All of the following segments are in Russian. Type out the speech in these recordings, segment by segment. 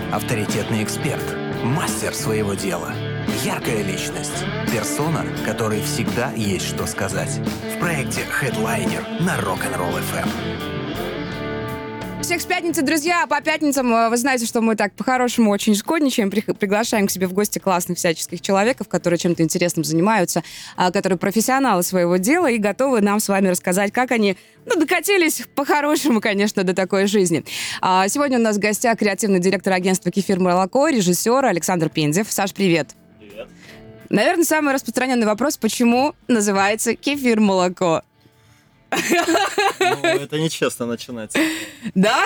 авторитетный эксперт, мастер своего дела, яркая личность, персона, которой всегда есть что сказать. В проекте Headliner на Rock'n'Roll FM. Всех с пятницы, друзья. По пятницам вы знаете, что мы так по-хорошему очень шкодничаем, приглашаем к себе в гости классных всяческих человеков, которые чем-то интересным занимаются, которые профессионалы своего дела и готовы нам с вами рассказать, как они докатились по-хорошему, конечно, до такой жизни. Сегодня у нас в гостях креативный директор агентства «Кефир Молоко», режиссер Александр Пензев. Саш, привет. Привет. Наверное, самый распространенный вопрос, почему называется «Кефир Молоко». Ну, это нечестно начинать. Да?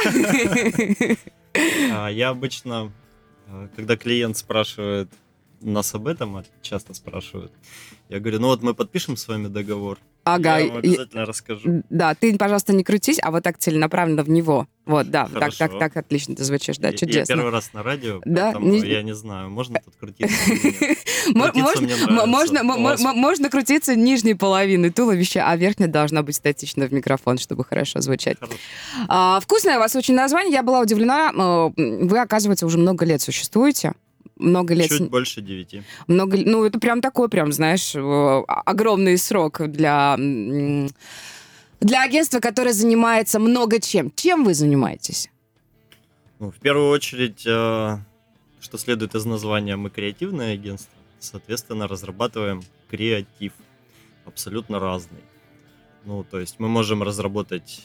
Я обычно, когда клиент спрашивает нас об этом, часто спрашивают, я говорю, ну вот мы подпишем с вами договор, Ага. я вам обязательно расскажу. Да, ты, пожалуйста, не крутись, а вот так целенаправленно в него. Вот, да, так отлично ты звучишь, да, чудесно. Я первый раз на радио, да? поэтому я не знаю, можно тут крутиться или нет. Крутиться мне нравится. Можно крутиться нижней половиной туловища, а верхняя должна быть статична в микрофон, чтобы хорошо звучать. Вкусное у вас очень название, я была удивлена. Вы, оказывается, уже много лет существуете. Много лет. Чуть больше 9. Ну, это прям такой, знаешь, огромный срок для агентства, которое занимается много чем. Чем вы занимаетесь? Ну, в первую очередь, что следует из названия, мы креативное агентство. Соответственно, разрабатываем креатив абсолютно разный. Ну, то есть мы можем разработать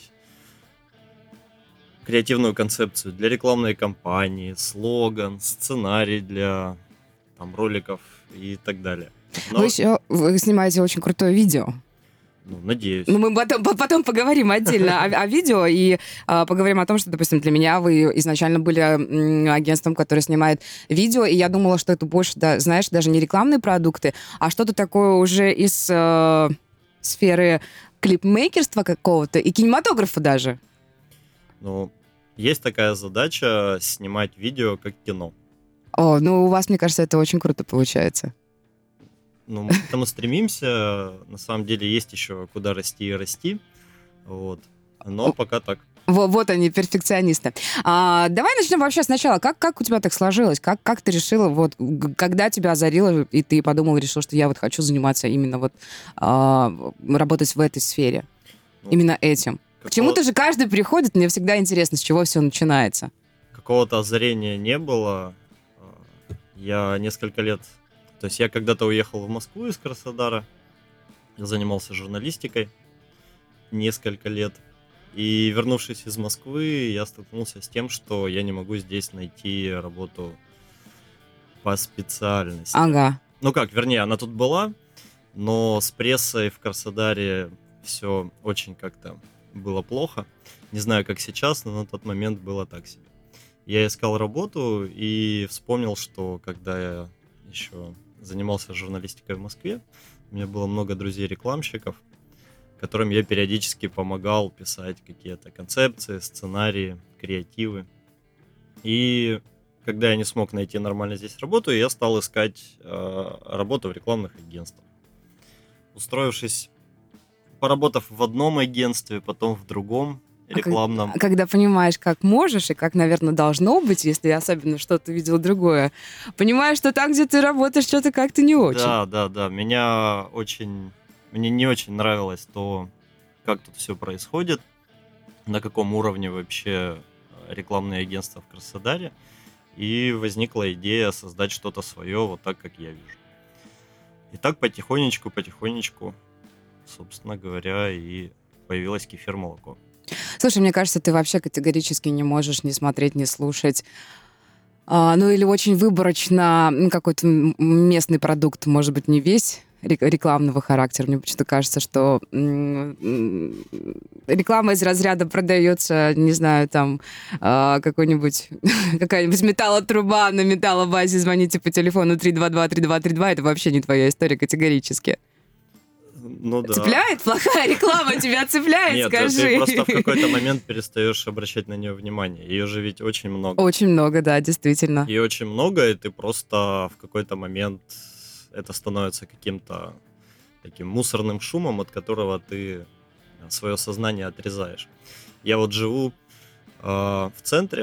креативную концепцию для рекламной кампании, слоган, сценарий для роликов и так далее. Но... Вы снимаете очень крутое видео. Ну, надеюсь. Ну, мы потом поговорим отдельно о видео и поговорим о том, что, допустим, для меня вы изначально были агентством, которое снимает видео, и я думала, что это больше, да, знаешь, даже не рекламные продукты, а что-то такое уже из сферы клипмейкерства какого-то и кинематографа даже. Ну, есть такая задача снимать видео как кино. О, ну у вас, мне кажется, это очень круто получается. Ну, мы к этому стремимся. На самом деле есть еще куда расти и расти. Вот. Но пока так. Вот они, перфекционисты. Давай начнем вообще сначала. Как у тебя так сложилось? Как ты решила, вот, когда тебя озарило, и ты решил, что я вот хочу заниматься именно вот работать в этой сфере? Ну, именно этим. К чему-то же каждый приходит, мне всегда интересно, с чего все начинается. Какого-то озарения не было. Я несколько лет... То есть я когда-то уехал в Москву из Краснодара, занимался журналистикой несколько лет. И вернувшись из Москвы, я столкнулся с тем, что я не могу здесь найти работу по специальности. Ага. Ну как, вернее, она тут была, но с прессой в Краснодаре все очень как-то было плохо. Не знаю, как сейчас, но на тот момент было так себе. Я искал работу и вспомнил, что когда я еще занимался журналистикой в Москве, у меня было много друзей-рекламщиков, которым я периодически помогал писать какие-то концепции, сценарии, креативы. И когда я не смог найти нормально здесь работу, я стал искать работу в рекламных агентствах. Устроившись, поработав в одном агентстве, потом в другом рекламном. Когда понимаешь, как можешь и как, наверное, должно быть, если особенно что-то видел другое, понимаешь, что там, где ты работаешь, что-то как-то не очень. Да. Мне не очень нравилось то, как тут все происходит, на каком уровне вообще рекламные агентства в Краснодаре. И возникла идея создать что-то свое, вот так, как я вижу. И так потихонечку, собственно говоря, и появилось «Кефир Молоко». Слушай, мне кажется, ты вообще категорически не можешь ни смотреть, ни слушать. Ну или очень выборочно какой-то местный продукт, может быть, не весь рекламного характера. Мне почему-то кажется, что реклама из разряда продается, не знаю, там какая-нибудь металлотруба на металлобазе, звоните по телефону 322-3232, это вообще не твоя история категорически. Ну да. Цепляет? Плохая реклама тебя цепляет, нет, скажи. Ты просто в какой-то момент перестаешь обращать на нее внимание. Ее же ведь очень много. Очень много, да, действительно. Ее очень много, и ты просто в какой-то момент это становится каким-то таким мусорным шумом, от которого ты свое сознание отрезаешь. Я вот живу в центре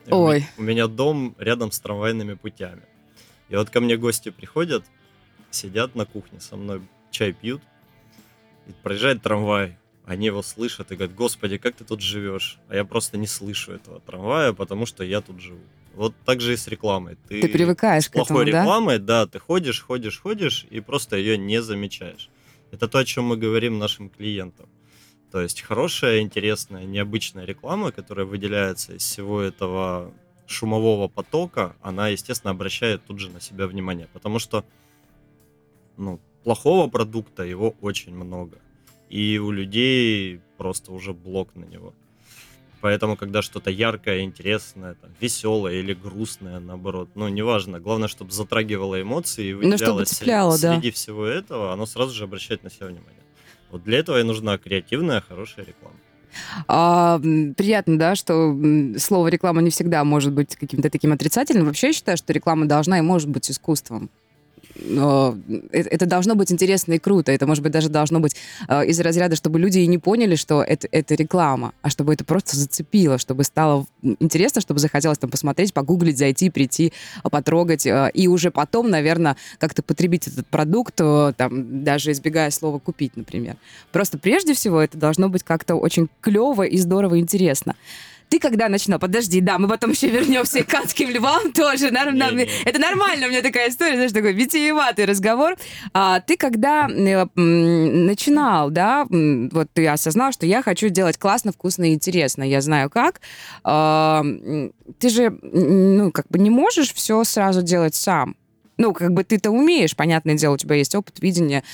Ой. У меня дом рядом с трамвайными путями. И вот ко мне гости приходят, сидят на кухне со мной, чай пьют, и проезжает трамвай. Они его слышат и говорят: господи, как ты тут живешь? А я просто не слышу этого трамвая, потому что я тут живу. Вот так же и с рекламой. Ты привыкаешь с к этому, плохой да? рекламой, да, ты ходишь, и просто ее не замечаешь. Это то, о чем мы говорим нашим клиентам. То есть хорошая, интересная, необычная реклама, которая выделяется из всего этого шумового потока, она, естественно, обращает тут же на себя внимание. Потому что, плохого продукта, его очень много. И у людей просто уже блок на него. Поэтому, когда что-то яркое, интересное, там, веселое или грустное, наоборот, неважно. Главное, чтобы затрагивало эмоции и Ну, чтобы выделялось цепляло, да. среди всего этого, оно сразу же обращает на себя внимание. Вот для этого и нужна креативная, хорошая реклама. Приятно, да, что слово реклама не всегда может быть каким-то таким отрицательным. Вообще я считаю, что реклама должна и может быть искусством. Но это должно быть интересно и круто. Это, может быть, даже должно быть из разряда, чтобы люди и не поняли, что это реклама, а чтобы это просто зацепило, чтобы стало интересно, чтобы захотелось там посмотреть, погуглить, зайти, прийти, потрогать, и уже потом, наверное, как-то потребить этот продукт, там, даже избегая слова «купить», например. Просто прежде всего это должно быть как-то очень клево и здорово интересно. Ты когда начинал? Подожди, да, мы потом еще вернемся и к адским львам тоже. Это нормально, у меня такая история, знаешь, такой витиеватый разговор. Ты когда начинал, да, вот ты осознал, что я хочу делать классно, вкусно и интересно, я знаю как. Ты же, не можешь все сразу делать сам. Ты-то умеешь, понятное дело, у тебя есть опыт, видение,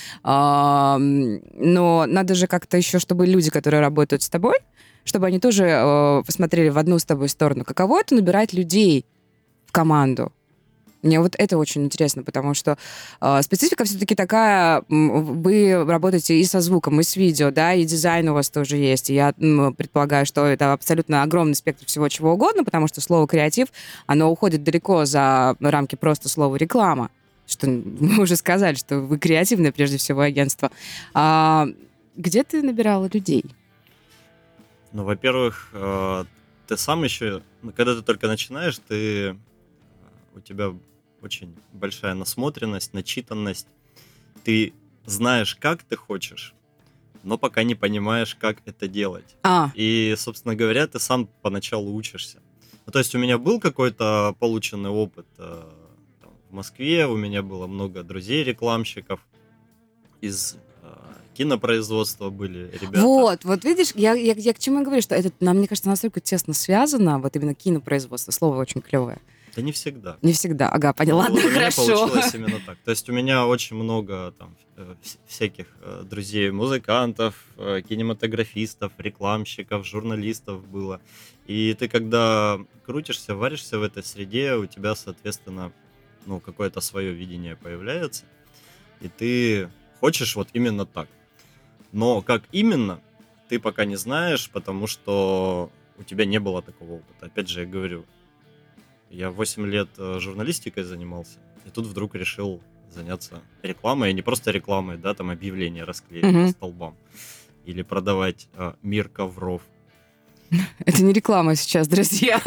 но надо же как-то еще, чтобы люди, которые работают с тобой, чтобы они тоже посмотрели в одну с тобой сторону. Каково это набирать людей в команду? Мне вот это очень интересно, потому что специфика все-таки такая, вы работаете и со звуком, и с видео, да, и дизайн у вас тоже есть. И я предполагаю, что это абсолютно огромный спектр всего чего угодно, потому что слово «креатив», оно уходит далеко за рамки просто слова «реклама». Что мы уже сказали, что вы креативное прежде всего агентство. Где ты набирала людей? Во-первых, ты сам еще, когда ты только начинаешь, у тебя очень большая насмотренность, начитанность. Ты знаешь, как ты хочешь, но пока не понимаешь, как это делать. И, собственно говоря, ты сам поначалу учишься. То есть у меня был какой-то полученный опыт в Москве, у меня было много друзей-рекламщиков из кинопроизводства были ребята. Вот видишь, я к чему говорю, что это, мне кажется, настолько тесно связано, вот именно кинопроизводство, слово очень клевое. Да не всегда. Не всегда, ага, поняла, вот хорошо. У меня получилось именно так. То есть у меня очень много там всяких друзей, музыкантов, кинематографистов, рекламщиков, журналистов было. И ты когда крутишься, варишься в этой среде, у тебя, соответственно, какое-то свое видение появляется, и ты хочешь вот именно так. Но как именно, ты пока не знаешь, потому что у тебя не было такого опыта. Опять же, я говорю, я 8 лет журналистикой занимался, и тут вдруг решил заняться рекламой, и не просто рекламой, да, там объявления расклеить по столбам, или продавать мир ковров. Это не реклама сейчас, друзья.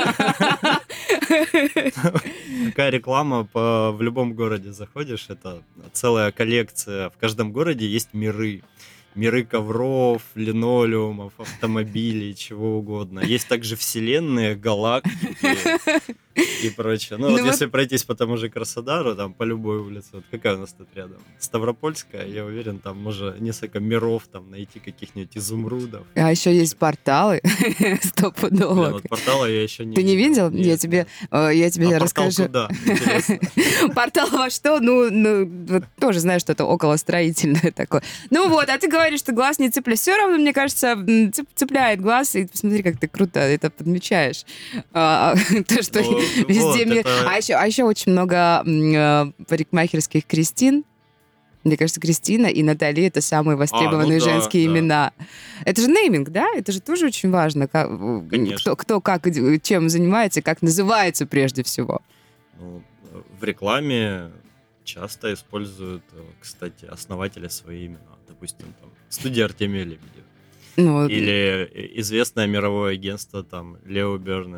Такая реклама в любом городе заходишь, это целая коллекция. В каждом городе есть миры. Миры ковров, линолеумов, автомобилей, чего угодно. Есть также вселенные, галактики и прочее. Если пройтись по тому же Краснодару, там по любой улице, вот какая у нас тут рядом? Ставропольская, я уверен, там можно несколько миров там найти, каких-нибудь изумрудов. А еще есть порталы, стопудово. Вот портала я еще не видел. Ты не видел? Я тебе расскажу. Портал куда? Интересно. Портал во что? Тоже знаю, что это околостроительное такое. А ты говоришь, что глаз не цепляет. Все равно, мне кажется, цепляет глаз, и посмотри, как ты круто это подмечаешь. То, что везде... А еще очень много парикмахерских Кристин. Мне кажется, Кристина и Натали — это самые востребованные женские имена. Это же нейминг, да? Это же тоже очень важно. Кто как, чем занимается, как называется прежде всего. В рекламе часто используют, кстати, основатели свои имена. Допустим, там, студия Артемия Лебедева. Или известное мировое агентство, там, Лео Бернет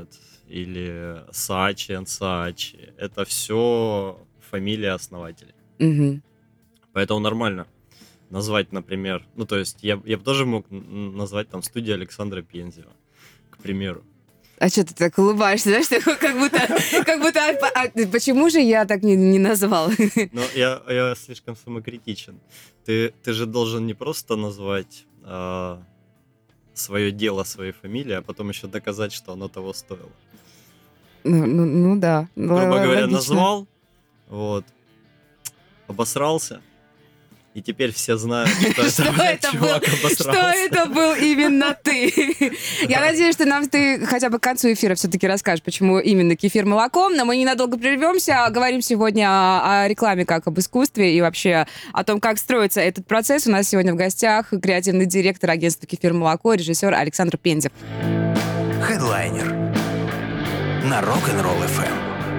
или Saatchi & Saatchi. Это все фамилия основателей. Мгм. Поэтому нормально назвать, например, ну, то есть я бы тоже мог назвать там студию Александра Пензева, к примеру. А что ты так улыбаешься, знаешь, такой, как будто, почему же я так не назвал? Но я слишком самокритичен. Ты же должен не просто назвать свое дело своей фамилией, а потом еще доказать, что оно того стоило. Ну да, Грубо говоря, логично. назвал, вот, обосрался, и теперь все знают, что Что это, блядь, это чувак был? Что обосрался. это был именно ты? Я надеюсь, что ты хотя бы к концу эфира все-таки расскажешь, почему именно кефир молоком. Но мы ненадолго прервемся. Говорим сегодня о рекламе как об искусстве и вообще о том, как строится этот процесс. У нас сегодня в гостях креативный директор агентства «Кефир молоко», режиссер Александр Пензев. Хедлайнер на Rock'n'Roll FM.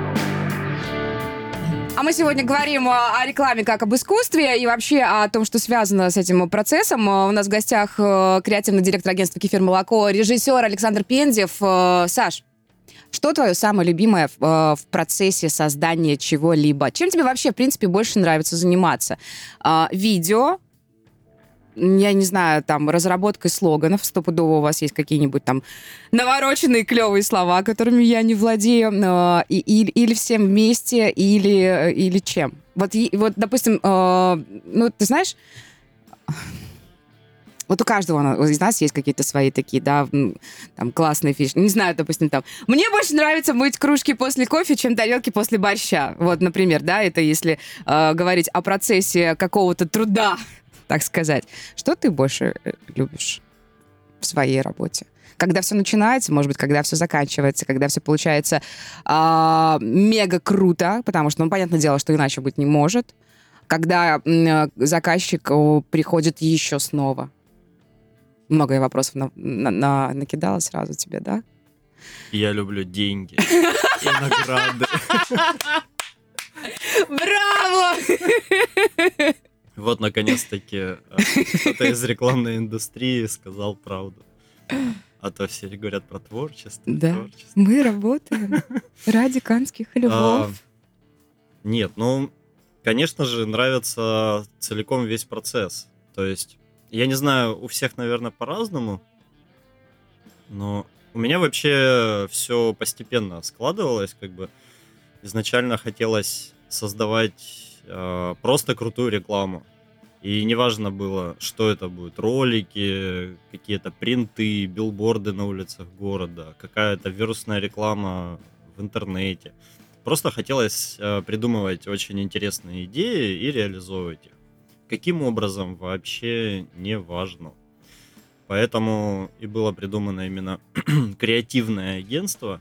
А мы сегодня говорим о рекламе как об искусстве и вообще о том, что связано с этим процессом. У нас в гостях креативный директор агентства «Кефир молоко», режиссер Александр Пензев. Саш, что твое самое любимое в процессе создания чего-либо? Чем тебе вообще, в принципе, больше нравится заниматься? Видео? Я не знаю, там, разработкой слоганов, стопудово у вас есть какие-нибудь там навороченные клевые слова, которыми я не владею, или всем вместе, или чем? Вот, допустим, ну, ты знаешь, вот у каждого из нас есть какие-то свои такие, да, там, классные фишки. Не знаю, допустим, там, мне больше нравится мыть кружки после кофе, чем тарелки после борща. Вот, например, да, это если говорить о процессе какого-то труда, так сказать. Что ты больше любишь в своей работе? Когда все начинается, может быть, когда все заканчивается, когда все получается мега круто, потому что, ну, понятное дело, что иначе быть не может. Когда заказчик приходит еще снова. Много я вопросов накидала сразу тебе, да? Я люблю деньги и награды. Браво! Вот, наконец-таки, кто-то из рекламной индустрии сказал правду. А то все говорят про творчество. Да, творчество. мы работаем ради канских львов. Нет, ну, конечно же, нравится целиком весь процесс. То есть, я не знаю, у всех, наверное, по-разному, но у меня вообще все постепенно складывалось, как бы изначально хотелось создавать просто крутую рекламу. И неважно было, что это будет. Ролики, какие-то принты, билборды на улицах города, какая-то вирусная реклама в интернете. Просто хотелось придумывать очень интересные идеи и реализовывать их. Каким образом, вообще не важно. Поэтому и было придумано именно креативное агентство,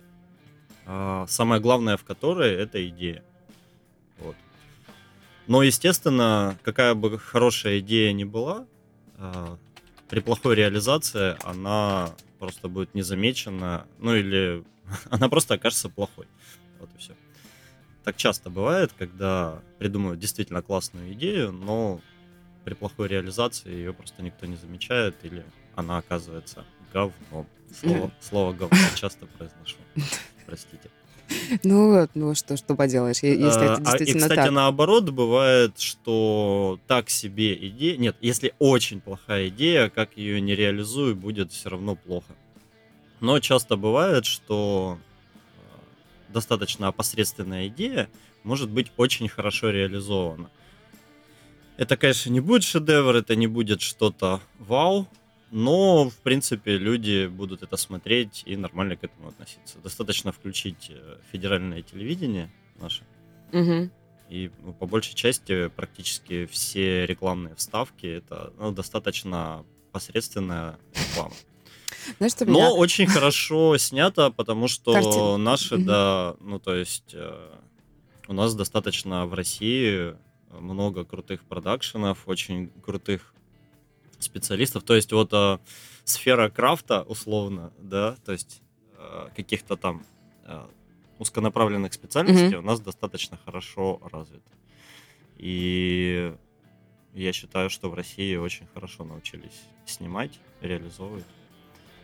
самое главное в которой это идея. Вот. Но, естественно, какая бы хорошая идея ни была, при плохой реализации она просто будет незамечена, ну или она просто окажется плохой. Вот и все. Так часто бывает, когда придумывают действительно классную идею, но при плохой реализации ее просто никто не замечает, или она оказывается говном. Слово говно часто произношу. Простите. Ну что поделаешь, если это действительно и, кстати, так. наоборот, бывает, что так себе идея... Нет, если очень плохая идея, как ее не реализую, будет все равно плохо. Но часто бывает, что достаточно опосредственная идея может быть очень хорошо реализована. Это, конечно, не будет шедевр, это не будет что-то вау, но, в принципе, люди будут это смотреть и нормально к этому относиться. Достаточно включить федеральное телевидение наше, Мгм. и по большей части практически все рекламные вставки это достаточно посредственная реклама. Знаешь, что Но меня... очень хорошо снято, потому что Картин- наши, Мгм. да, ну то есть у нас достаточно в России много крутых продакшенов, очень крутых специалистов. То есть вот сфера крафта, условно, да, то есть каких-то там узконаправленных специальностей у нас достаточно хорошо развита. И я считаю, что в России очень хорошо научились снимать, реализовывать.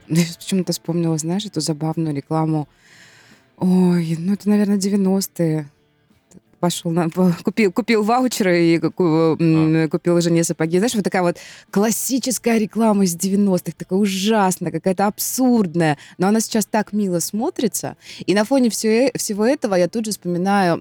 Я сейчас почему-то вспомнила, знаешь, эту забавную рекламу. Ой, ну это, наверное, 90-е. Пошел купил ваучеры и купил жене сапоги. Знаешь, вот такая вот классическая реклама из 90-х, такая ужасная, какая-то абсурдная, но она сейчас так мило смотрится. И на фоне всего этого я тут же вспоминаю,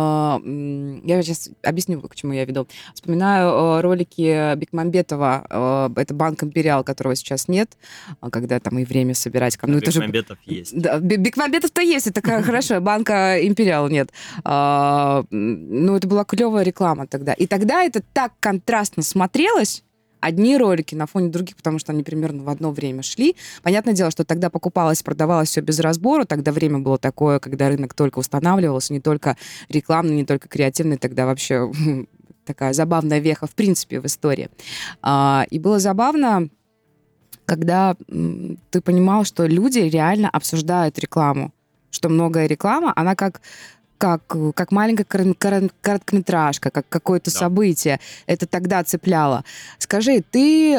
я сейчас объясню, к чему я веду. Вспоминаю ролики Бекмамбетова, это банк «Империал», которого сейчас нет, когда там и время собирать. Ну, это же... Бекмамбетов есть. Да, Бекмамбетов-то есть, это хорошо, банка «Империал» нет. Ну, это была клевая реклама тогда. И тогда это так контрастно смотрелось, одни ролики на фоне других, потому что они примерно в одно время шли. Понятное дело, что тогда покупалось, продавалось все без разбора. Тогда время было такое, когда рынок только устанавливался, не только рекламный, не только креативный. Тогда вообще такая забавная веха, в принципе, в истории. И было забавно, когда ты понимал, что люди реально обсуждают рекламу. Что многое реклама, она как маленькая короткометражка, как какое-то событие. Это тогда цепляло. Скажи, ты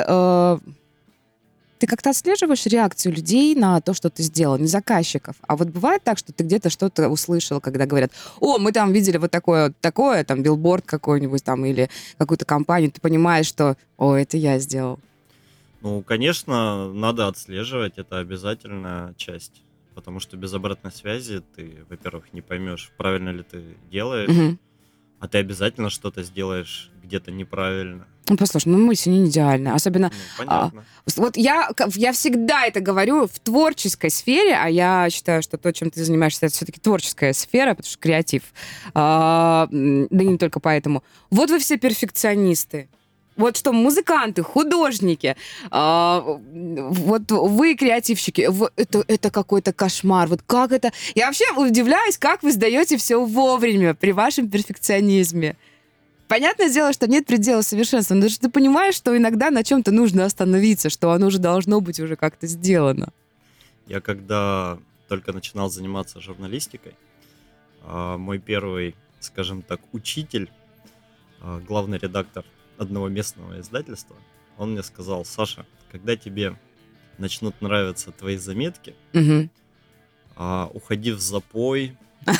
как-то отслеживаешь реакцию людей на то, что ты сделал, не заказчиков? А вот бывает так, что ты где-то что-то услышал, когда говорят: о, мы там видели вот такое, там, билборд какой-нибудь там или какую-то компанию, ты понимаешь, что, о, это я сделал. Ну, конечно, надо отслеживать, это обязательная часть. Потому что без обратной связи ты, во-первых, не поймешь, правильно ли ты делаешь, а ты обязательно что-то сделаешь где-то неправильно. Ну, послушай, мы все не идеальны. Особенно... понятно. Вот я всегда это говорю в творческой сфере, а я считаю, что то, чем ты занимаешься, это все-таки творческая сфера, потому что креатив. Да и не только поэтому. Вот вы все перфекционисты. Вот что музыканты, художники, вот вы креативщики, это какой-то кошмар. Вот как это... Я вообще удивляюсь, как вы сдаете все вовремя при вашем перфекционизме. Понятное дело, что нет предела совершенства, но ты понимаешь, что иногда на чем-то нужно остановиться, что оно уже должно быть уже как-то сделано. Я когда только начинал заниматься журналистикой, мой первый, скажем так, учитель, главный редактор одного местного издательства, он мне сказал: Саша, когда тебе начнут нравиться твои заметки, уходи в запой,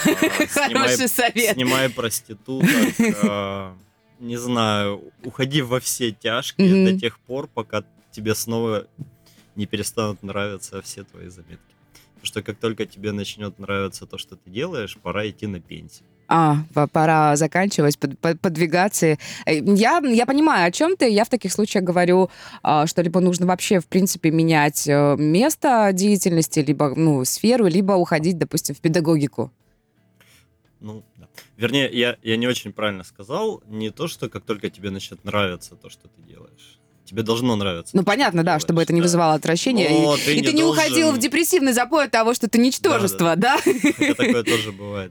снимай проституток, не знаю, уходи во все тяжкие до тех пор, пока тебе снова не перестанут нравиться все твои заметки. Потому что как только тебе начнет нравиться то, что ты делаешь, пора идти на пенсию. Пора заканчивать, подвигаться. Я понимаю, о чем ты. Я в таких случаях говорю, что либо нужно вообще, в принципе, менять место деятельности, либо сферу, либо уходить, допустим, в педагогику. Ну, да. Вернее, я не очень правильно сказал. Не то, что как только тебе начнет нравиться то, что ты делаешь. Тебе должно нравиться. Ну, понятно, да, чтобы это не вызывало отвращения. Но и ты не уходил в депрессивный запой от того, что ты ничтожество, да? Хотя такое тоже бывает.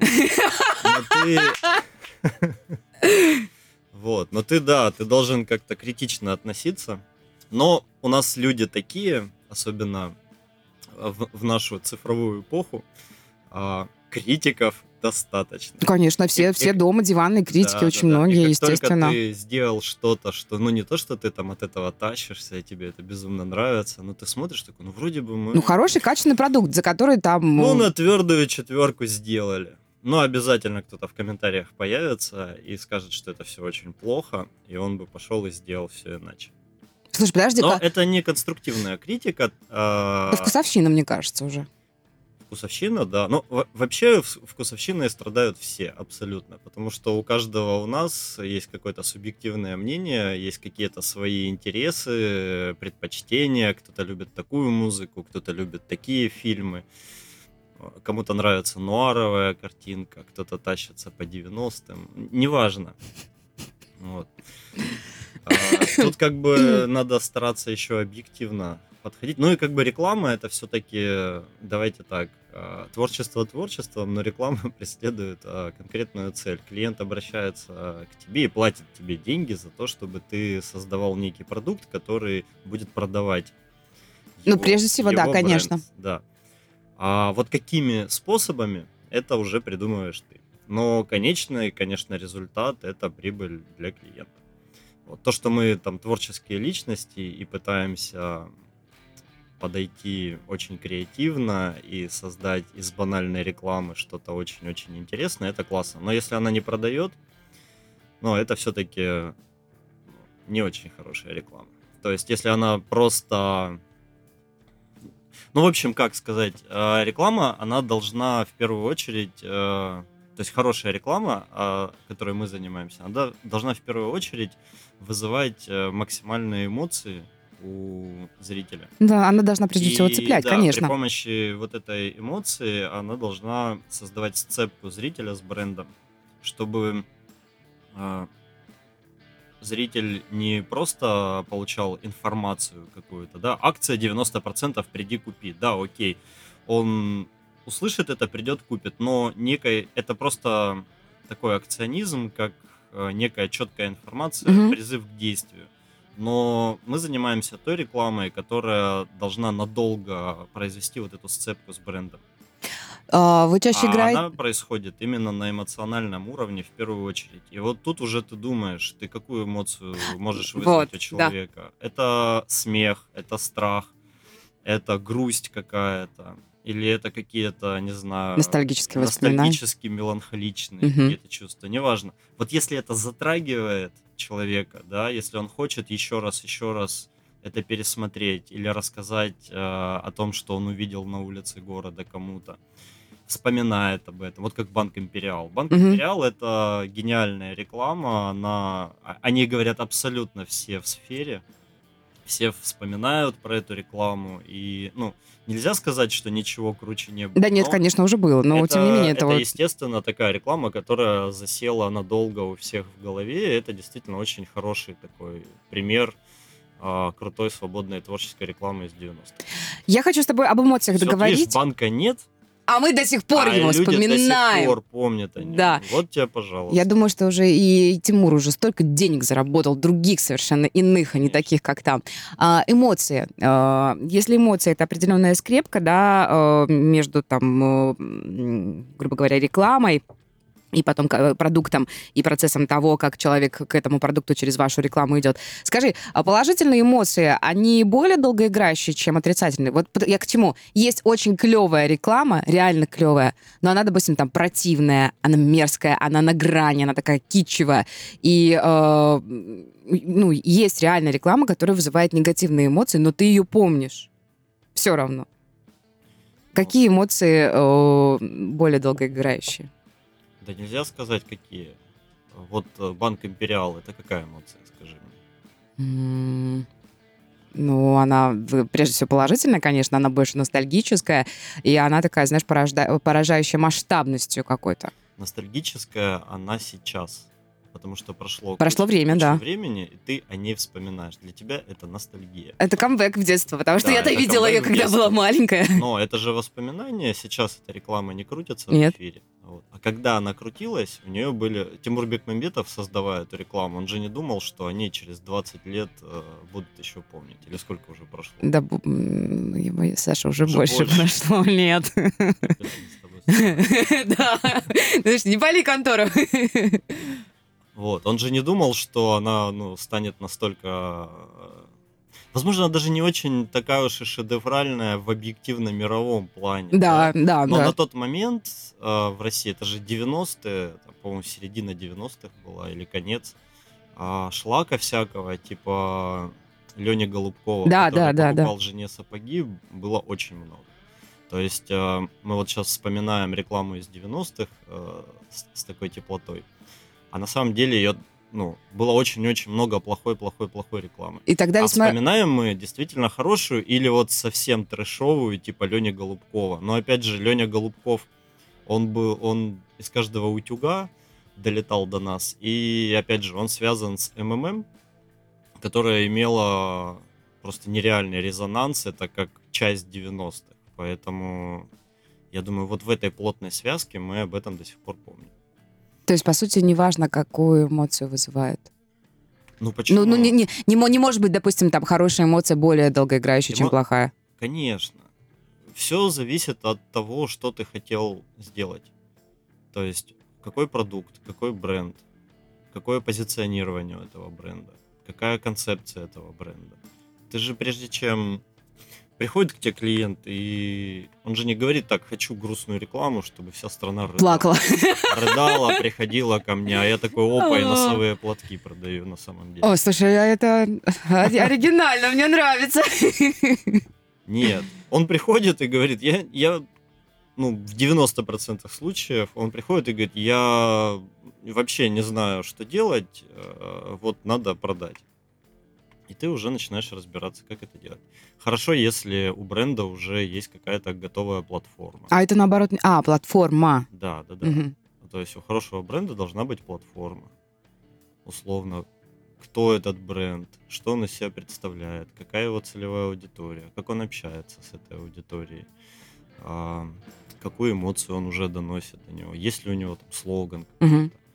Но ты должен как-то критично относиться. Но у нас люди такие, особенно в нашу цифровую эпоху, критиков достаточно. Конечно, все дома, диванные критики, очень многие, естественно. Как только ты сделал что-то, что, не то, что ты там от этого тащишься, и тебе это безумно нравится, но ты смотришь такой, вроде бы мы... хороший, качественный продукт, за который там... на твердую 4 сделали. Но обязательно кто-то в комментариях появится и скажет, что это все очень плохо, и он бы пошел и сделал все иначе. Слушай, подожди. Но это не конструктивная критика. Это вкусовщина, мне кажется, уже. Вкусовщина, да. Но вообще вкусовщиной страдают все абсолютно, потому что у каждого у нас есть какое-то субъективное мнение, есть какие-то свои интересы, предпочтения. Кто-то любит такую музыку, кто-то любит такие фильмы. Кому-то нравится нуаровая картинка, кто-то тащится по 90-м. Неважно. Вот. Тут надо стараться еще объективно подходить. Ну и реклама — это все-таки, давайте так, творчество творчеством, но реклама преследует конкретную цель. Клиент обращается к тебе и платит тебе деньги за то, чтобы ты создавал некий продукт, который будет продавать прежде всего, да, бренд. конечно. Да. А вот какими способами, это уже придумываешь ты. Но конечный, конечно, результат — это прибыль для клиента. Вот. То, что мы там творческие личности и пытаемся подойти очень креативно и создать из банальной рекламы что-то очень-очень интересное, это классно. Но если она не продает, ну, это все-таки не очень хорошая реклама. То есть, если она просто... Ну, в общем, как сказать, реклама, она должна в первую очередь... То есть, хорошая реклама, которой мы занимаемся, она должна в первую очередь вызывать максимальные эмоции у зрителя. Да, она должна прежде всего И цеплять, да, при конечно. помощи вот этой эмоции она должна создавать сцепку зрителя с брендом, чтобы зритель не просто получал информацию какую-то, да, акция 90%, приди купи, да, окей, он услышит это, придет, купит, но это просто такой акционизм, как некая четкая информация, Мгм. призыв к действию. Но мы занимаемся той рекламой, которая должна надолго произвести вот эту сцепку с брендом. Вы чаще А играете... она происходит именно на эмоциональном уровне в первую очередь. И вот тут уже ты думаешь, ты какую эмоцию можешь Вот, вызвать у да. человека. Это смех, это страх, это грусть какая-то. Или это какие-то, не знаю, Ностальгические воспоминания. ностальгические, меланхоличные Мгм. какие-то чувства. Неважно. Вот если это затрагивает человека, да, если он хочет еще раз это пересмотреть или рассказать о том, что он увидел на улице города кому-то, вспоминает об этом. Вот как Банк Империал. Банк Мгм. Империал — это гениальная реклама. О ней говорят абсолютно все в сфере. Все вспоминают про эту рекламу. И, ну, нельзя сказать, что ничего круче не было. Да нет, Но конечно, уже было, но тем не менее это это, вот... естественно, такая реклама, которая засела надолго у всех в голове. Это действительно очень хороший такой пример крутой свободной творческой рекламы из 90-х. Я хочу с тобой об эмоциях Всё, видишь, договорить, банка нет, а мы до сих пор его люди до сих вспоминаем. пор помнят о нем. Да. Вот тебе, пожалуйста. Я думаю, что уже и Тимур уже столько денег заработал, других совершенно иных, а не Конечно. таких, как там. Эмоции. Если эмоции — это определенная скрепка, да, между там, грубо говоря, рекламой и потом продуктом и процессом того, как человек к этому продукту через вашу рекламу идет. Скажи, а положительные эмоции, они более долгоиграющие, чем отрицательные? Вот я к чему? Есть очень клевая реклама, реально клевая, но она, допустим, там противная, она мерзкая, она на грани, она такая китчевая. И ну, есть реально реклама, которая вызывает негативные эмоции, но ты ее помнишь. Все равно. Какие эмоции более долгоиграющие? Да нельзя сказать, какие. Вот Банк Империал — это какая эмоция, скажи мне? Ну, она прежде всего положительная, конечно, она больше ностальгическая, и она такая, знаешь, поражающая масштабностью какой-то. Ностальгическая она сейчас. Потому что прошло время, куча да. времени, и ты о ней вспоминаешь. Для тебя это ностальгия. Это камбэк в детство, потому что Да, я-то это видела ее, камбэк в когда детство. была маленькая. Но это же воспоминания. Сейчас эта реклама не крутится Нет. в эфире. Вот. А когда она крутилась, у нее были... Тимур Бекмамбетов, создавая эту рекламу, он же не думал, что они через 20 лет будут еще помнить. Или сколько уже прошло? Да, Саша, уже больше больше. прошло лет. Это мы с тобой согласны. Да. Знаешь, не пали контору. Вот. Он же не думал, что она станет настолько... Возможно, она даже не очень такая уж и шедевральная в объективно-мировом плане. Да, да, Но да. на тот момент в России, это же 90-е, там, по-моему, середина 90-х была или конец, шлака всякого, типа Лёни Голубкова, Да, который да, да. покупал жене сапоги, было очень много. То есть мы вот сейчас вспоминаем рекламу из 90-х с такой теплотой. А на самом деле ее, было очень-очень много плохой рекламы. И тогда А весьма... вспоминаем мы действительно хорошую или вот совсем трэшовую, типа Лёни Голубкова. Но опять же, Лёня Голубков, он из каждого утюга долетал до нас. И опять же, он связан с МММ, которая имела просто нереальный резонанс. Это как часть 90-х. Поэтому, я думаю, вот в этой плотной связке мы об этом до сих пор помним. То есть, по сути, неважно, какую эмоцию вызывает. Ну почему? Ну, не может быть, допустим, там хорошая эмоция более долгоиграющая, чем плохая. Конечно. Все зависит от того, что ты хотел сделать. То есть, какой продукт, какой бренд, какое позиционирование у этого бренда, какая концепция этого бренда. Ты же прежде чем приходит к тебе клиент, и он же не говорит так: хочу грустную рекламу, чтобы вся страна Плакала. рыдала, приходила ко мне, а я такой: опа, и носовые платки продаю на самом деле. О, слушай, это оригинально, мне нравится. Нет, он приходит и говорит, в 90% случаев он приходит и говорит: я вообще не знаю, что делать, вот надо продать. И ты уже начинаешь разбираться, как это делать. Хорошо, если у бренда уже есть какая-то готовая платформа. А это наоборот... платформа. Да. Мгм. То есть у хорошего бренда должна быть платформа. Условно, кто этот бренд, что он из себя представляет, какая его целевая аудитория, как он общается с этой аудиторией, какую эмоцию он уже доносит до него, есть ли у него там слоган Мгм. какой-то.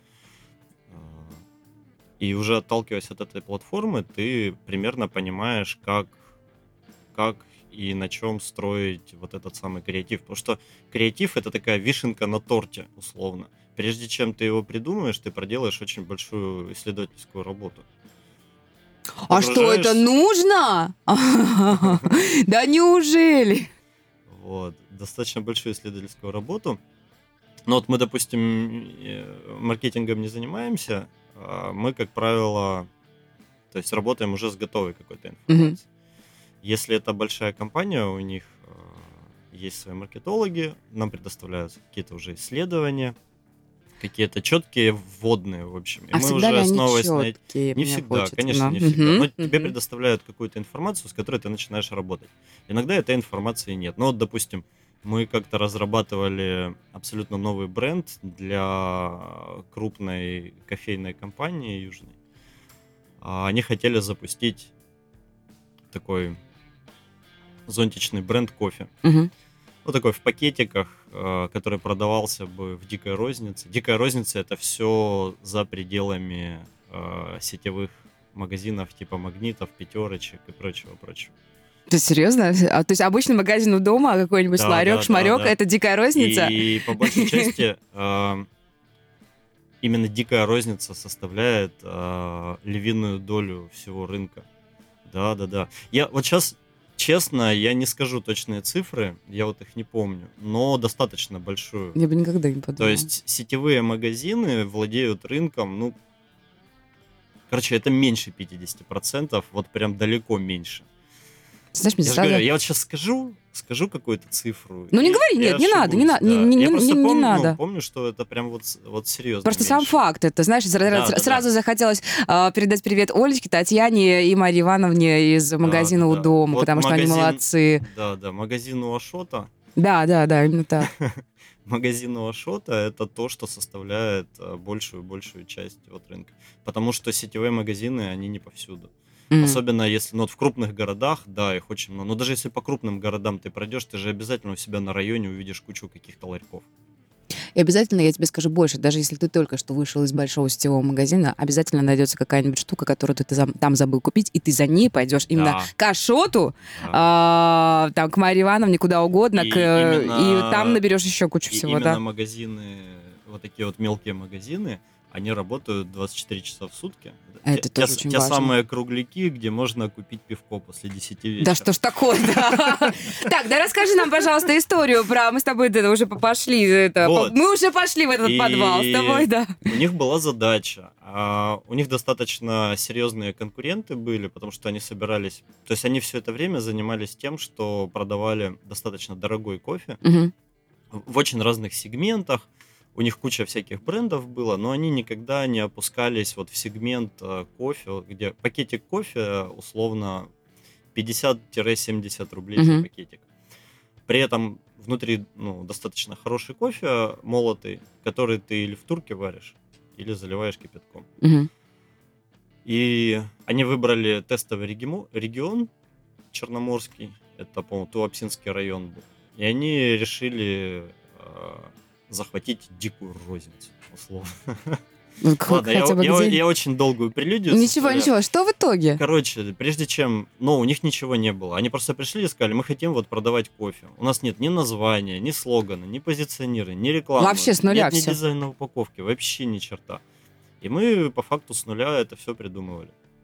И уже отталкиваясь от этой платформы, ты примерно понимаешь, как и на чем строить вот этот самый креатив. Потому что креатив — это такая вишенка на торте, условно. Прежде чем ты его придумаешь, ты проделаешь очень большую исследовательскую работу. А что, это Погружаешься- нужно? Да неужели? Вот, достаточно большую исследовательскую работу. Но вот мы, допустим, маркетингом не занимаемся, мы, как правило, то есть работаем уже с готовой какой-то информацией. Если это большая компания, у них есть свои маркетологи, нам предоставляются какие-то уже исследования, какие-то четкие вводные, в общем. И А мы всегда уже, ли они основываясь на четкие? Не Мне всегда, хочется, конечно, но. не всегда. Но Мгм, тебе мгм. предоставляют какую-то информацию, с которой ты начинаешь работать. Иногда этой информации нет. Ну вот, допустим, мы как-то разрабатывали абсолютно новый бренд для крупной кофейной компании южной. Они хотели запустить такой зонтичный бренд кофе. Мгм. Ну, такой в пакетиках, который продавался бы в дикой рознице. Дикая розница — это все за пределами сетевых магазинов типа Магнитов, Пятерочек и прочего-прочего. Ты серьезно? То есть обычный магазин у дома, какой-нибудь Да, ларек, да, шмарек, да. это дикая розница? И по большей части именно дикая розница составляет львиную долю всего рынка. Да. Я вот сейчас, честно, я не скажу точные цифры, я вот их не помню, но достаточно большую. Я бы никогда не подумала. То есть сетевые магазины владеют рынком, короче, это меньше 50%, вот прям далеко меньше. Ты знаешь, мне Я же сразу... говорю, я вот сейчас скажу какую-то цифру. Ну, не и- говори, и нет, не надо, не ошибусь, на- не- да. не- Я просто не помню, надо. помню, что это прям вот серьезно Просто сам меньше. факт это, знаешь, Да. сразу захотелось передать привет Олечке, Татьяне и Марии Ивановне из магазина у Да. дома, Вот потому что они магазин- молодцы. Да, магазин у Ашота. Да, именно так. Магазин у Ашота — это то, что составляет большую часть от рынка. Потому что сетевые магазины, они не повсюду. М. Особенно если в крупных городах, да, их очень много. Но даже если по крупным городам ты пройдешь, ты же обязательно у себя на районе увидишь кучу каких-то ларьков. И обязательно, я тебе скажу больше, даже если ты только что вышел из большого сетевого магазина, обязательно найдется какая-нибудь штука, которую ты там забыл купить, и ты за ней пойдешь именно Да. к Ашоту, Да. там, к Марии Ивановне, куда угодно, И и именно- там наберешь еще кучу И всего, именно да. магазины, вот такие вот мелкие магазины, они работают 24 часа в сутки. Это Те тоже очень те важно. самые кругляки, где можно купить пивко после 10 вечера. Да что ж такое-то? Так, да расскажи нам, пожалуйста, историю про... Мы с тобой уже пошли. Вот. Мы уже пошли в этот И- подвал с тобой, да. У них была задача. У них достаточно серьезные конкуренты были, потому что они собирались... То есть они все это время занимались тем, что продавали достаточно дорогой кофе Мгм. в очень разных сегментах. У них куча всяких брендов было, но они никогда не опускались вот в сегмент кофе, вот где пакетик кофе условно 50-70 рублей за Мгм. пакетик. При этом внутри достаточно хороший кофе молотый, который ты или в турке варишь, или заливаешь кипятком. Мгм. И они выбрали тестовый регион Черноморский, это, по-моему, Туапсинский район был. И они решили захватить дикую розницу, условно. Ну, Ладно, хотя бы где... я очень долгую прелюдию Ничего, составляю. что в итоге? Короче, прежде чем... у них ничего не было. Они просто пришли и сказали, мы хотим вот продавать кофе. У нас нет ни названия, ни слогана, ни позиционирования, ни рекламы. Вообще с нуля нет ни всё. дизайна упаковки, вообще ни черта. И мы по факту с нуля это все придумывали.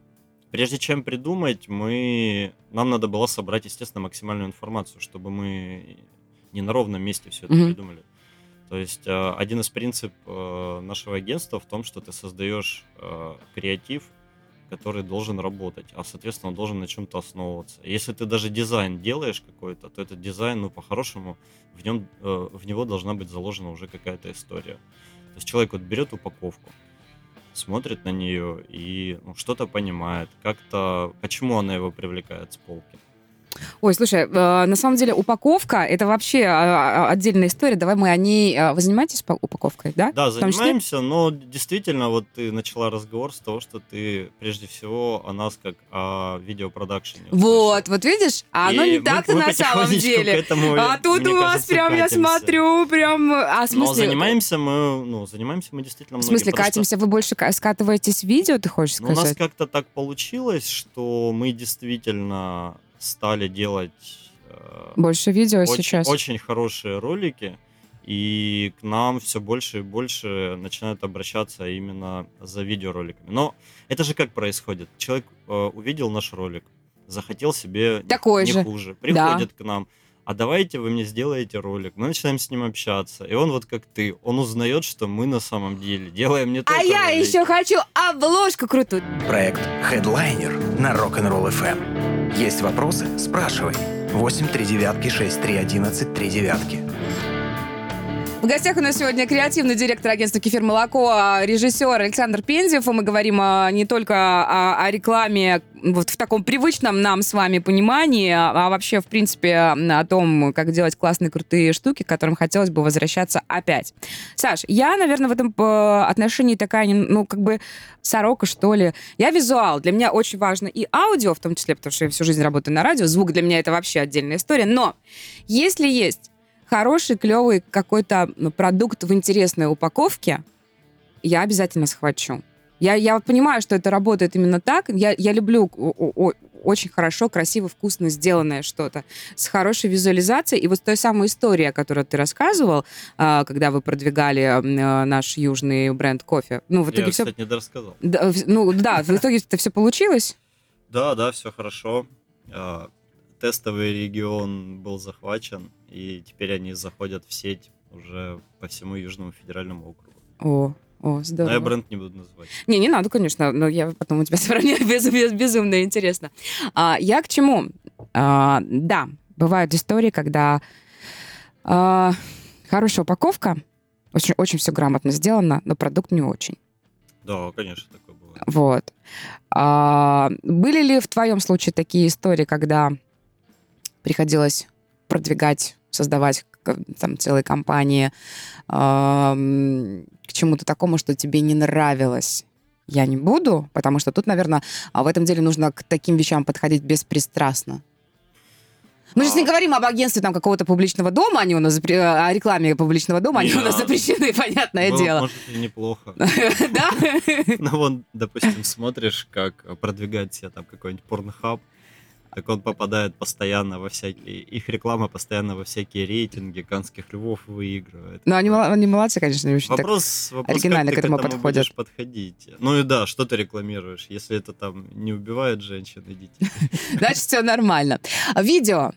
Прежде чем придумать, нам надо было собрать, естественно, максимальную информацию, чтобы мы не на ровном месте все это Мгм. придумали. То есть один из принципов нашего агентства в том, что ты создаешь креатив, который должен работать, а, соответственно, он должен на чем-то основываться. Если ты даже дизайн делаешь какой-то, то этот дизайн, ну, по-хорошему, в него должна быть заложена уже какая-то история. То есть человек вот берет упаковку, смотрит на нее и что-то понимает, как-то, почему она его привлекает с полки. Ой, слушай, на самом деле упаковка — это вообще отдельная история. Давай мы о ней... Вы занимаетесь упаковкой, да? Да, В том числе? занимаемся, но действительно, вот ты начала разговор с того, что ты прежде всего о нас как о видеопродакшене Вот видишь? А оно И не мы- так-то мы на самом потихонечку деле. к этому, А тут мне у вас кажется, прям, я катимся. смотрю, прям... А в Но смысле... занимаемся мы действительно В многим. смысле, потому что, катимся, вы больше скатываетесь в видео, ты хочешь у нас сказать? как-то так получилось, что мы действительно стали делать Больше видео очень, сейчас. очень хорошие ролики, и к нам все больше и больше начинают обращаться именно за видеороликами. Но это же как происходит? Человек увидел наш ролик, захотел себе Такой не же. хуже, приходит к нам, а давайте вы мне сделаете ролик. Мы начинаем с ним общаться, и он вот как ты, он узнает, что мы на самом деле делаем не только А я ролики. еще хочу обложку крутую. Проект Headliner на Rock'n'Roll FM. Есть вопросы? Спрашивай. 839-6311-39. В гостях у нас сегодня креативный директор агентства «Кефир Молоко», режиссер Александр Пензев. И мы говорим не только о рекламе вот в таком привычном нам с вами понимании, а вообще, в принципе, о том, как делать классные, крутые штуки, к которым хотелось бы возвращаться опять. Саш, я, наверное, в этом отношении такая, как бы сорока, что ли. Я визуал. Для меня очень важно и аудио, в том числе, потому что я всю жизнь работаю на радио. Звук для меня — это вообще отдельная история. Но если есть хороший, клевый какой-то продукт в интересной упаковке, я обязательно схвачу. Я понимаю, что это работает именно так. Я люблю очень хорошо, красиво, вкусно сделанное что-то с хорошей визуализацией. И вот той самой историей, о которой ты рассказывал, когда вы продвигали наш южный бренд кофе. Ну, в итоге Я, все... кстати, не дорассказал. Да, в итоге это все получилось? Да, все хорошо. Тестовый регион был захвачен, и теперь они заходят в сеть уже по всему Южному федеральному округу. О, Но здорово. я бренд не буду называть. Не надо, конечно, но я потом у тебя сравню, безумно интересно. Я к чему? Да, бывают истории, когда хорошая упаковка, очень, очень все грамотно сделано, но продукт не очень. Да, конечно, такое бывает. Вот. Были ли в твоем случае такие истории, когда приходилось продвигать, создавать там целые компании к чему-то такому, что тебе не нравилось? Я не буду, потому что тут, наверное, в этом деле нужно к таким вещам подходить беспристрастно. Мы же не говорим об агентстве там какого-то публичного дома, они у нас о рекламе публичного дома, они у нас запрещены, понятное дело. Может, и неплохо. Да? Ну, вон, допустим, смотришь, как продвигает себя там какой-нибудь порнохаб, так он попадает постоянно во всякие... Их реклама постоянно во всякие рейтинги Каннских львов выигрывает. Ну, они молодцы, конечно, очень так. Вопрос, оригинально как ты к этому будешь подходят. подходить. Ну и да, что ты рекламируешь? Если это там не убивает женщин и детей. Значит, все нормально. Видео.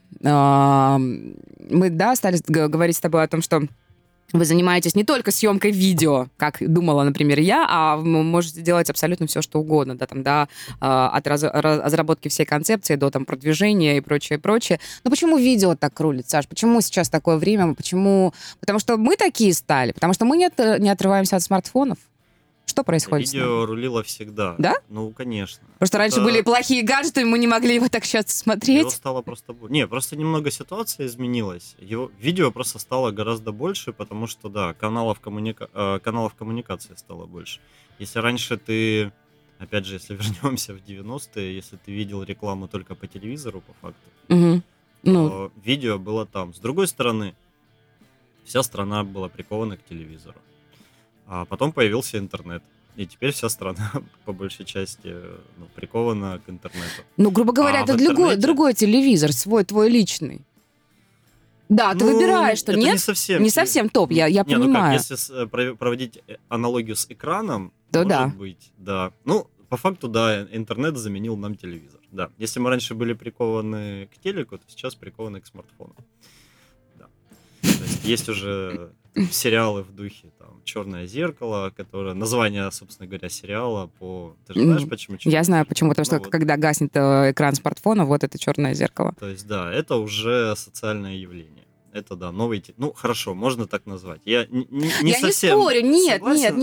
Мы, стали говорить с тобой о том, что вы занимаетесь не только съемкой видео, как думала, например, я, а вы можете делать абсолютно все, что угодно, от разработки всей концепции до там продвижения и прочее, прочее. Но почему видео так рулит, Саш? Почему сейчас такое время? Почему? Потому что мы такие стали, потому что мы не отрываемся от смартфонов. Что происходит с нами? Видео рулило всегда. Да? Ну, конечно. Просто раньше были плохие гаджеты, и мы не могли его так часто смотреть. Его стало просто... Не, просто немного ситуация изменилась. Видео просто стало гораздо больше, потому что, да, каналов коммуникации стало больше. Если раньше ты, опять же, если вернемся в 90-е, если ты видел рекламу только по телевизору, по факту, Угу. то видео было там. С другой стороны, вся страна была прикована к телевизору. А потом появился интернет. И теперь вся страна, по большей части, прикована к интернету. Ну, грубо говоря, это другой телевизор, твой личный. Да, ты выбираешь, что это нет? Не совсем топ, я понимаю. понимаю. Если проводить аналогию с экраном, То может да. быть, да. Ну, по факту, да, интернет заменил нам телевизор. Да. Если мы раньше были прикованы к телеку, то сейчас прикованы к смартфону. Да. То есть уже сериалы в духе там «Черное зеркало», которое название, собственно говоря, сериала по... Ты же знаешь, почему «Черное Я знаю, зеркало»? почему. Потому что когда гаснет экран смартфона, вот это черное зеркало. То есть, да, это уже социальное явление. Это, да, новый... Ну, хорошо, можно так назвать. Я не совсем не спорю. Нет.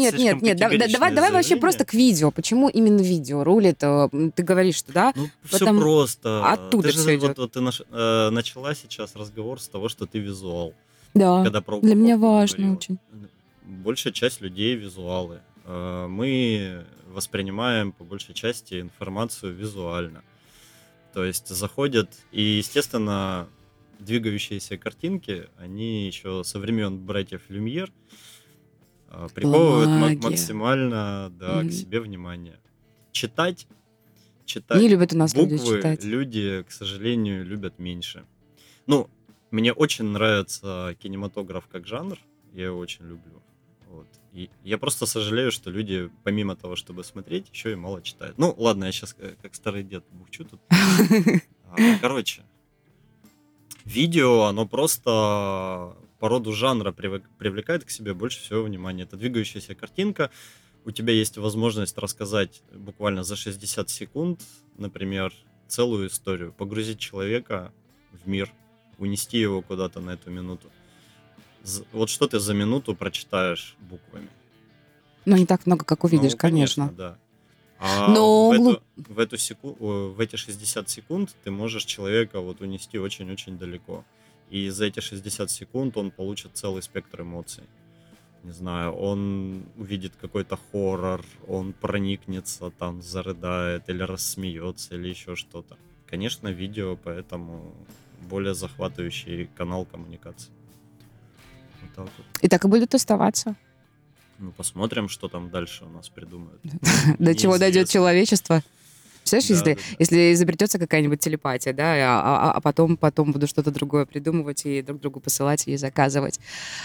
Давай вообще заявление. просто к видео. Почему именно видео рулит? Ты говоришь, что да? Ну, все Потому- просто. оттуда Ты же всё вот, идёт. вот ты начала сейчас разговор с того, что ты визуал. Да. Когда про Для меня упаковку важно говорила. очень. Большая часть людей визуалы. Мы воспринимаем по большей части информацию визуально. То есть заходят, и, естественно, двигающиеся картинки, они еще со времен братьев Люмьер приковывают Магия. максимально, да, Мгм. к себе внимание. Читать Не любят у нас люди буквы читать. люди, к сожалению, любят меньше. Ну, мне очень нравится кинематограф как жанр, я его очень люблю. Вот. И я просто сожалею, что люди, помимо того, чтобы смотреть, еще и мало читают. Ну, ладно, я сейчас как старый дед бухчу тут. Короче, видео, оно просто по роду жанра привлекает к себе больше всего внимания. Это двигающаяся картинка. У тебя есть возможность рассказать буквально за 60 секунд, например, целую историю, погрузить человека в мир, унести его куда-то на эту минуту. Вот что ты за минуту прочитаешь буквами? Ну, не так много, как увидишь, Ну, конечно. да. А Но в эти 60 секунд ты можешь человека вот унести очень-очень далеко. И за эти 60 секунд он получит целый спектр эмоций. Не знаю, он увидит какой-то хоррор, он проникнется, там, зарыдает или рассмеется, или еще что-то. Конечно, видео, поэтому более захватывающий канал коммуникации. Вот так вот. И так и будет оставаться. Ну, посмотрим, что там дальше у нас придумают. До чего дойдет Неизвестно. человечество. Представляешь, Да, если, да, да. если изобретется какая-нибудь телепатия, да, а потом буду что-то другое придумывать и друг другу посылать и заказывать.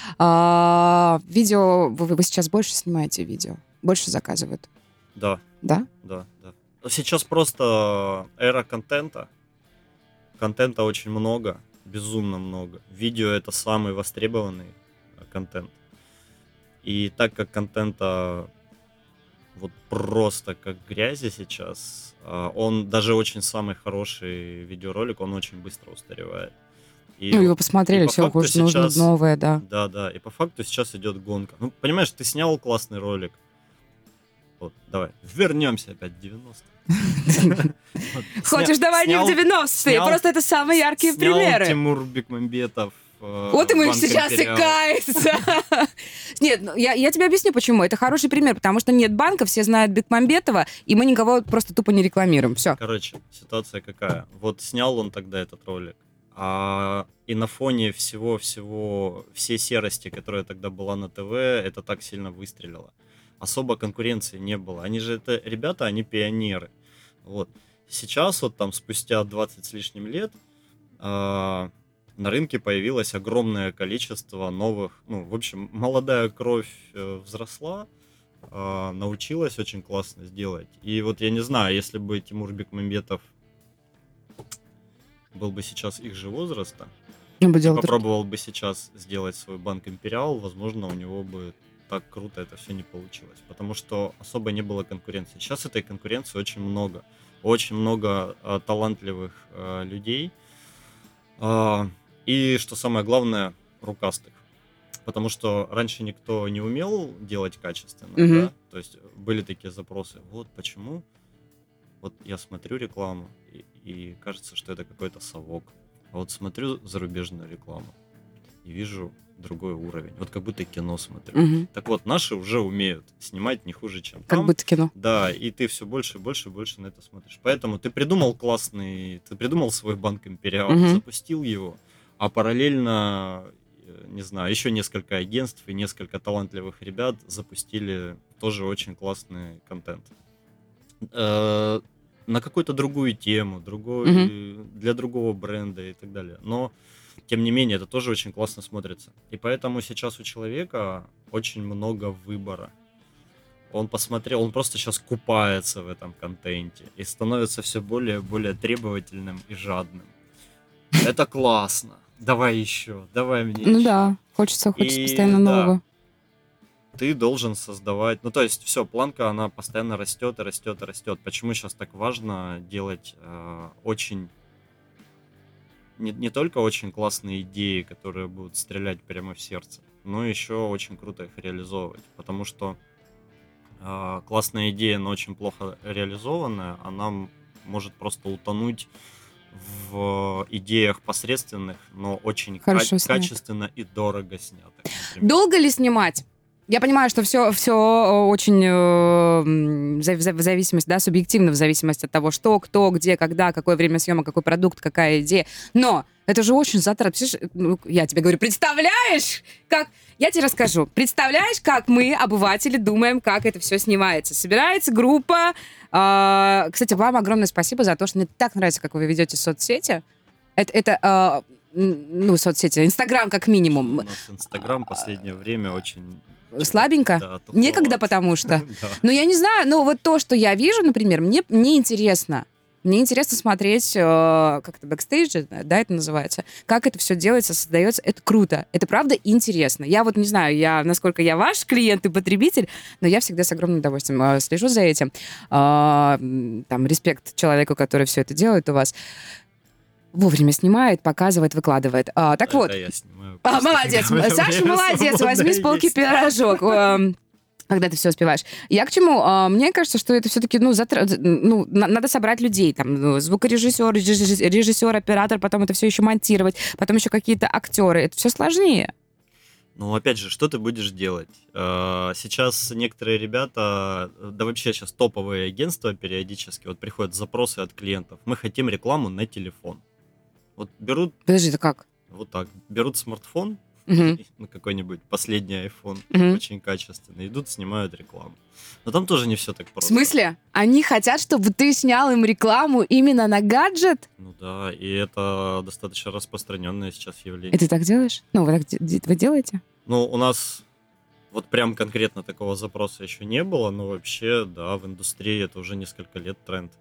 Видео, вы сейчас больше снимаете видео? Больше заказывают? Да, Да? да. Сейчас просто эра контента. Контента очень много, безумно много. Видео — это самый востребованный контент. И так как контента вот просто как грязи сейчас, он даже очень самый хороший видеоролик, он очень быстро устаревает. И Ну, его посмотрели, и по все, факту нужно сейчас- новое, да. Да, и по факту сейчас идет гонка. Ну, понимаешь, ты снял классный ролик. Вот, давай, вернемся опять в 90-е. Вот, Хочешь, давай не в снял- 90-е, снял- просто это самые яркие снял примеры. Тимур Бекмамбетов. Вот ему Банк сейчас и Империал. кается. Нет, ну, я тебе объясню, почему. Это хороший пример, потому что нет банка, все знают Бекмамбетова, и мы никого просто тупо не рекламируем. Все. Короче, ситуация какая? Вот снял он тогда этот ролик, и на фоне всей серости, которая тогда была на ТВ, это так сильно выстрелило. Особо конкуренции не было. Они же это ребята, они пионеры. Вот. Сейчас вот там спустя 20 с лишним лет на рынке появилось огромное количество новых, ну, в общем, молодая кровь взросла, научилась очень классно сделать. И вот я не знаю, если бы Тимур Бекмамбетов был бы сейчас их же возраста, попробовал бы сейчас сделать свой Банк Империал, возможно, у него бы так круто это все не получилось, потому что особо не было конкуренции. Сейчас этой конкуренции очень много талантливых людей, и, что самое главное, рукастых. Потому что раньше никто не умел делать качественно, Мгм. да? То есть были такие запросы. Вот почему. Вот я смотрю рекламу, и кажется, что это какой-то совок. А вот смотрю зарубежную рекламу и вижу другой уровень. Вот как будто кино смотрю. Мгм. Так вот, наши уже умеют снимать не хуже, чем Как там. будто кино. Да, и ты все больше и больше на это смотришь. Поэтому ты придумал свой Банк Империал, Мгм. запустил его, а параллельно, не знаю, еще несколько агентств и несколько талантливых ребят запустили тоже очень классный контент. На какую-то другую тему, для другого бренда и так далее. Но, тем не менее, это тоже очень классно смотрится. И поэтому сейчас у человека очень много выбора. Он посмотрел, он просто сейчас купается в этом контенте и становится все более и более требовательным и жадным. Это классно. Давай еще, давай мне Ну еще. да, хочется И постоянно да, нового. ты должен создавать... Ну, то есть, все, планка, она постоянно растет и растет и растет. Почему сейчас так важно делать очень... Не только очень классные идеи, которые будут стрелять прямо в сердце, но еще очень круто их реализовывать. Потому что классная идея, но очень плохо реализованная, она может просто утонуть в идеях посредственных, но очень Хорошо снято. качественно и дорого снятых. Например. Долго ли снимать? Я понимаю, что все очень в зависимости, да, субъективно, в зависимости от того, что, кто, где, когда, какое время съемок, какой продукт, какая идея. Но это же очень затратно. Ну, я тебе говорю, представляешь, как... Я тебе расскажу. Представляешь, как мы, обыватели, думаем, как это все снимается. Собирается группа. Кстати, вам огромное спасибо за то, что мне так нравится, как вы ведете соцсети. Ну, соцсети, Инстаграм как минимум. У нас Инстаграм в последнее время очень... Слабенько? Да, туповат. Некогда, потому что. Да. Ну, я не знаю, но вот то, что я вижу, например, мне интересно. Мне интересно смотреть, как это, бэкстейдж, да, это называется, как это все делается, создается. Это круто. Это правда интересно. Я вот не знаю, насколько я ваш клиент и потребитель, но я всегда с огромным удовольствием слежу за этим. Там, респект человеку, который все это делает у вас. Вовремя снимает, показывает, выкладывает. Так Это вот. я снимаю. Молодец. Саша, молодец. Возьми с полки пирожок. Когда ты все успеваешь. Я к чему? Мне кажется, что это все-таки, надо собрать людей. Там, звукорежиссер, режиссер, оператор, потом это все еще монтировать, потом еще какие-то актеры. Это все сложнее. Ну, опять же, что ты будешь делать? Сейчас некоторые ребята, да вообще сейчас топовые агентства периодически, вот приходят запросы от клиентов. Мы хотим рекламу на телефон. Вот берут, Подожди, это как? вот так, берут смартфон, Мгм. ну, какой-нибудь последний iPhone, Мгм. очень качественный, идут, снимают рекламу. Но там тоже не все так В просто. смысле? Они хотят, чтобы ты снял им рекламу именно на гаджет? Ну да, и это достаточно распространенное сейчас И явление. ты так делаешь? Ну, вы так вы делаете? Ну, у нас вот прям конкретно такого запроса еще не было, но вообще, да, в индустрии это уже несколько лет тренд.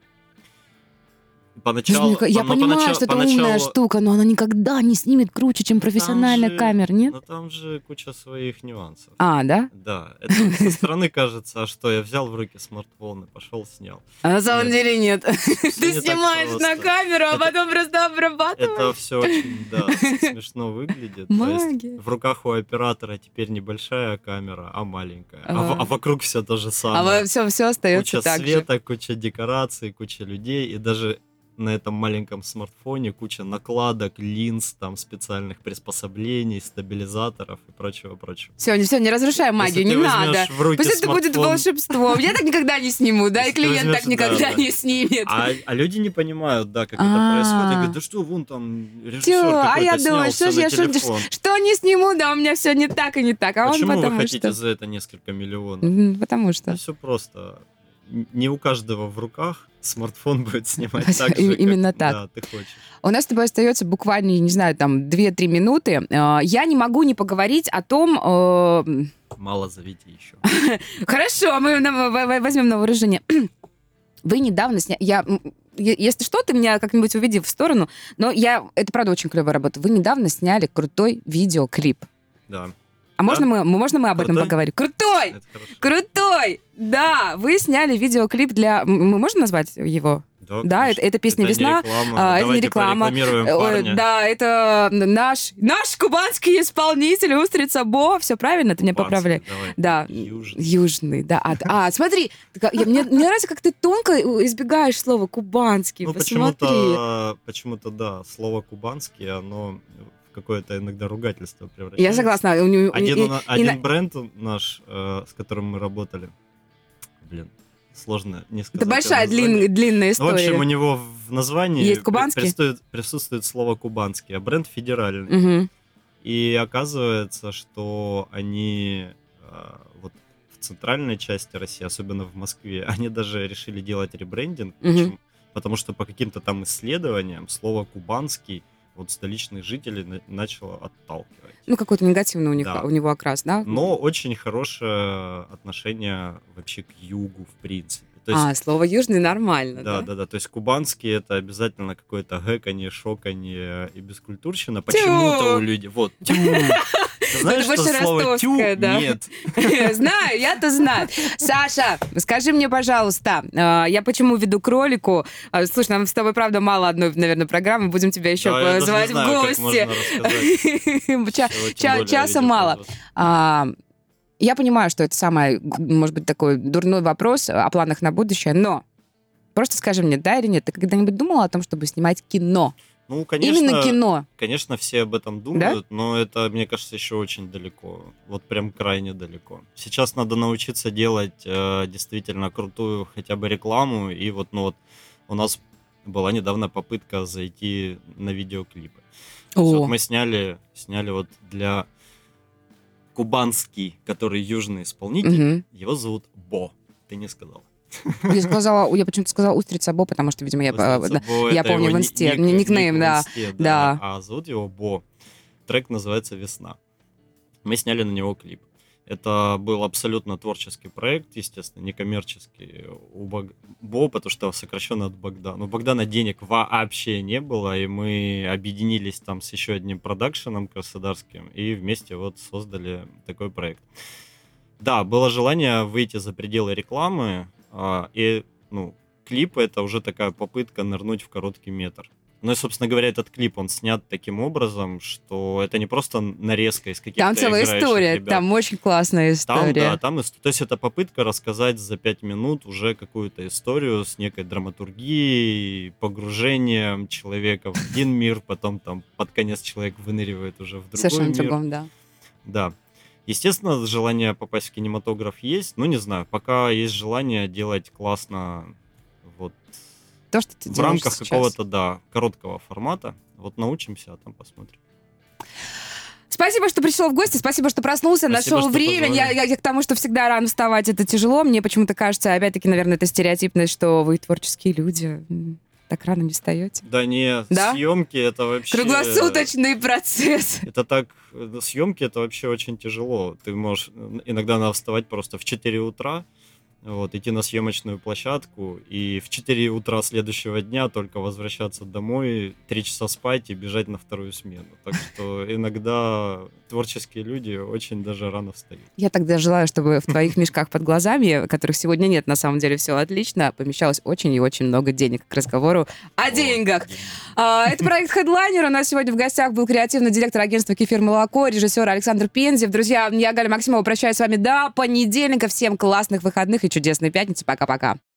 Поначалу, Я понимаю, что это умная штука, но она никогда не снимет круче, чем профессиональная же- камера, нет? но там же куча своих нюансов. Да? Да, это со стороны кажется, что я взял в руки смартфон и пошел снял. А на самом Нет. деле нет. Всё Ты не так снимаешь на просто. камеру, а Это- потом просто обрабатываешь. Это все очень, да, смешно выглядит. То есть Магия. в руках у оператора теперь небольшая камера, а маленькая. Ага. А вокруг все то же самое. А все остается Куча так же. света, куча декораций, куча людей, и даже на этом маленьком смартфоне куча накладок, линз, там специальных приспособлений, стабилизаторов и прочего-прочего. Все, не разрушай магию, Если не ты надо. возьмешь в руки Пусть это будет смартфон, волшебством. Я так никогда не сниму, да, и Если ты клиент так возьмешь, никогда да. не снимет. А люди не понимают, да, как это А. происходит. И говорят, да что, вон там режиссер Всё, а какой-то я снял думаю, всё что ж на я телефон. что не сниму, да, у меня все не так и не так. А Почему он вы потому хотите что... за это несколько миллионов? Потому что. Все просто. Не у каждого в руках смартфон будет снимать так же, Именно как так. да, ты хочешь. У нас с тобой остается буквально, не знаю, там 2-3 минуты. Я не могу не поговорить о том... Мало зовите еще. Хорошо, мы возьмем на вооружение. Вы недавно сняли... Если что, ты меня как-нибудь уведи в сторону, но это, правда, очень клевая работа. Вы недавно сняли крутой видеоклип. Да, А можно мы об этом Крутой? поговорим? Крутой! это хорошо. Крутой! Да, вы сняли видеоклип для... Мы можем назвать его? Да, конечно. это песня не «Весна». реклама. Это не Давайте реклама. порекламируем Ой, парня. да, это наш кубанский исполнитель Устрица Бо. Все правильно, ты меня Кубанский, поправляй. давай. Да, Южный. южный, да. Смотри, мне нравится, как ты тонко избегаешь слова кубанский. Ну, Посмотри. почему-то, да, слово кубанский, оно в какое-то иногда ругательство превращается. Я согласна. Один бренд наш, с которым мы работали, сложно не сказать. Это большая, его название. длинная Ну, в общем, у история. него в названии Есть кубанский? присутствует слово кубанский, а бренд федеральный. Мгм. И оказывается, что они вот в центральной части России, особенно в Москве, они даже решили делать ребрендинг. Мгм. Почему? Потому что по каким-то там исследованиям слово «кубанский» вот столичных жителей начало отталкивать. Ну, какой-то негативный Да. у него окрас, да? Но очень хорошее отношение вообще к югу, в принципе. То есть, Слово «южный» нормально, да? да. То есть кубанский это обязательно какое-то гэканье, шоканье и бескультурщина. Почему-то у людей... Вот, тю. Ты знаешь, Это что больше слово тю? ростовское, да. Нет. Знаю, я-то знаю. Саша, скажи мне, пожалуйста, я почему веду к ролику? Слушай, нам с тобой, правда, мало одной, наверное, программы. Будем тебя еще Да, я даже не звать в знаю, как гости. можно рассказать. Всего, тем более Часа видео мало. производства. Я понимаю, что это самый, может быть, такой дурной вопрос о планах на будущее, но просто скажи мне, да или нет, ты когда-нибудь думала о том, чтобы снимать кино? Ну, конечно, Именно кино. конечно, все об этом думают, но это, мне кажется, еще очень далеко. Вот прям крайне далеко. Сейчас надо научиться делать действительно крутую хотя бы рекламу. И вот, ну вот, у нас была недавно попытка зайти на видеоклипы. То есть вот мы сняли вот для кубанский, который южный исполнитель. Мгм. Его зовут Бо. Ты не сказал. Я почему-то сказала «Устрица Бо», потому что, видимо, я Я помню в инсте, никнейм, да. Да. А зовут его Бо. Трек называется «Весна». Мы сняли на него клип. Это был абсолютно творческий проект, естественно, некоммерческий у Бо, потому что сокращенно от Богдана. У Богдана денег вообще не было, и мы объединились там с еще одним продакшеном краснодарским, и вместе вот создали такой проект. Да, было желание выйти за пределы рекламы, и, ну, клип — это уже такая попытка нырнуть в короткий метр. Ну и, собственно говоря, этот клип, он снят таким образом, что это не просто нарезка из каких-то Там целая играющих история, ребят. там очень классная Там, история. да, то есть это попытка рассказать за 5 минут уже какую-то историю с некой драматургией, погружением человека в один мир, потом там под конец человек выныривает уже в другой Совершенно мир. другом, да. Да. Естественно, желание попасть в кинематограф есть, ну не знаю, пока есть желание делать классно вот То, что ты в делаешь рамках сейчас. какого-то, да, короткого формата. Вот научимся, а там посмотрим. Спасибо, что пришел в гости, спасибо, что проснулся, Спасибо, нашел что время. позвали. Я к тому, что всегда рано вставать, это тяжело. Мне почему-то кажется, опять-таки, наверное, это стереотипность, что вы творческие люди. Так рано не встаете. Да не, Да? съемки это вообще... Круглосуточный процесс. Это так, съемки это вообще очень тяжело. Ты можешь, иногда надо вставать просто в 4 утра, вот, идти на съемочную площадку, и в 4 утра следующего дня только возвращаться домой, 3 часа спать и бежать на вторую смену. Так что иногда творческие люди очень даже рано встают. Я тогда желаю, чтобы в твоих мешках под глазами, которых сегодня нет, на самом деле все отлично, помещалось очень и очень много денег к разговору о деньгах. Это проект Headliner. У нас сегодня в гостях был креативный директор агентства «Кефир Молоко», режиссер Александр Пензев. Друзья, я Галя Максимова, прощаюсь с вами до понедельника. Всем классных выходных и чудесной пятницы. Пока-пока.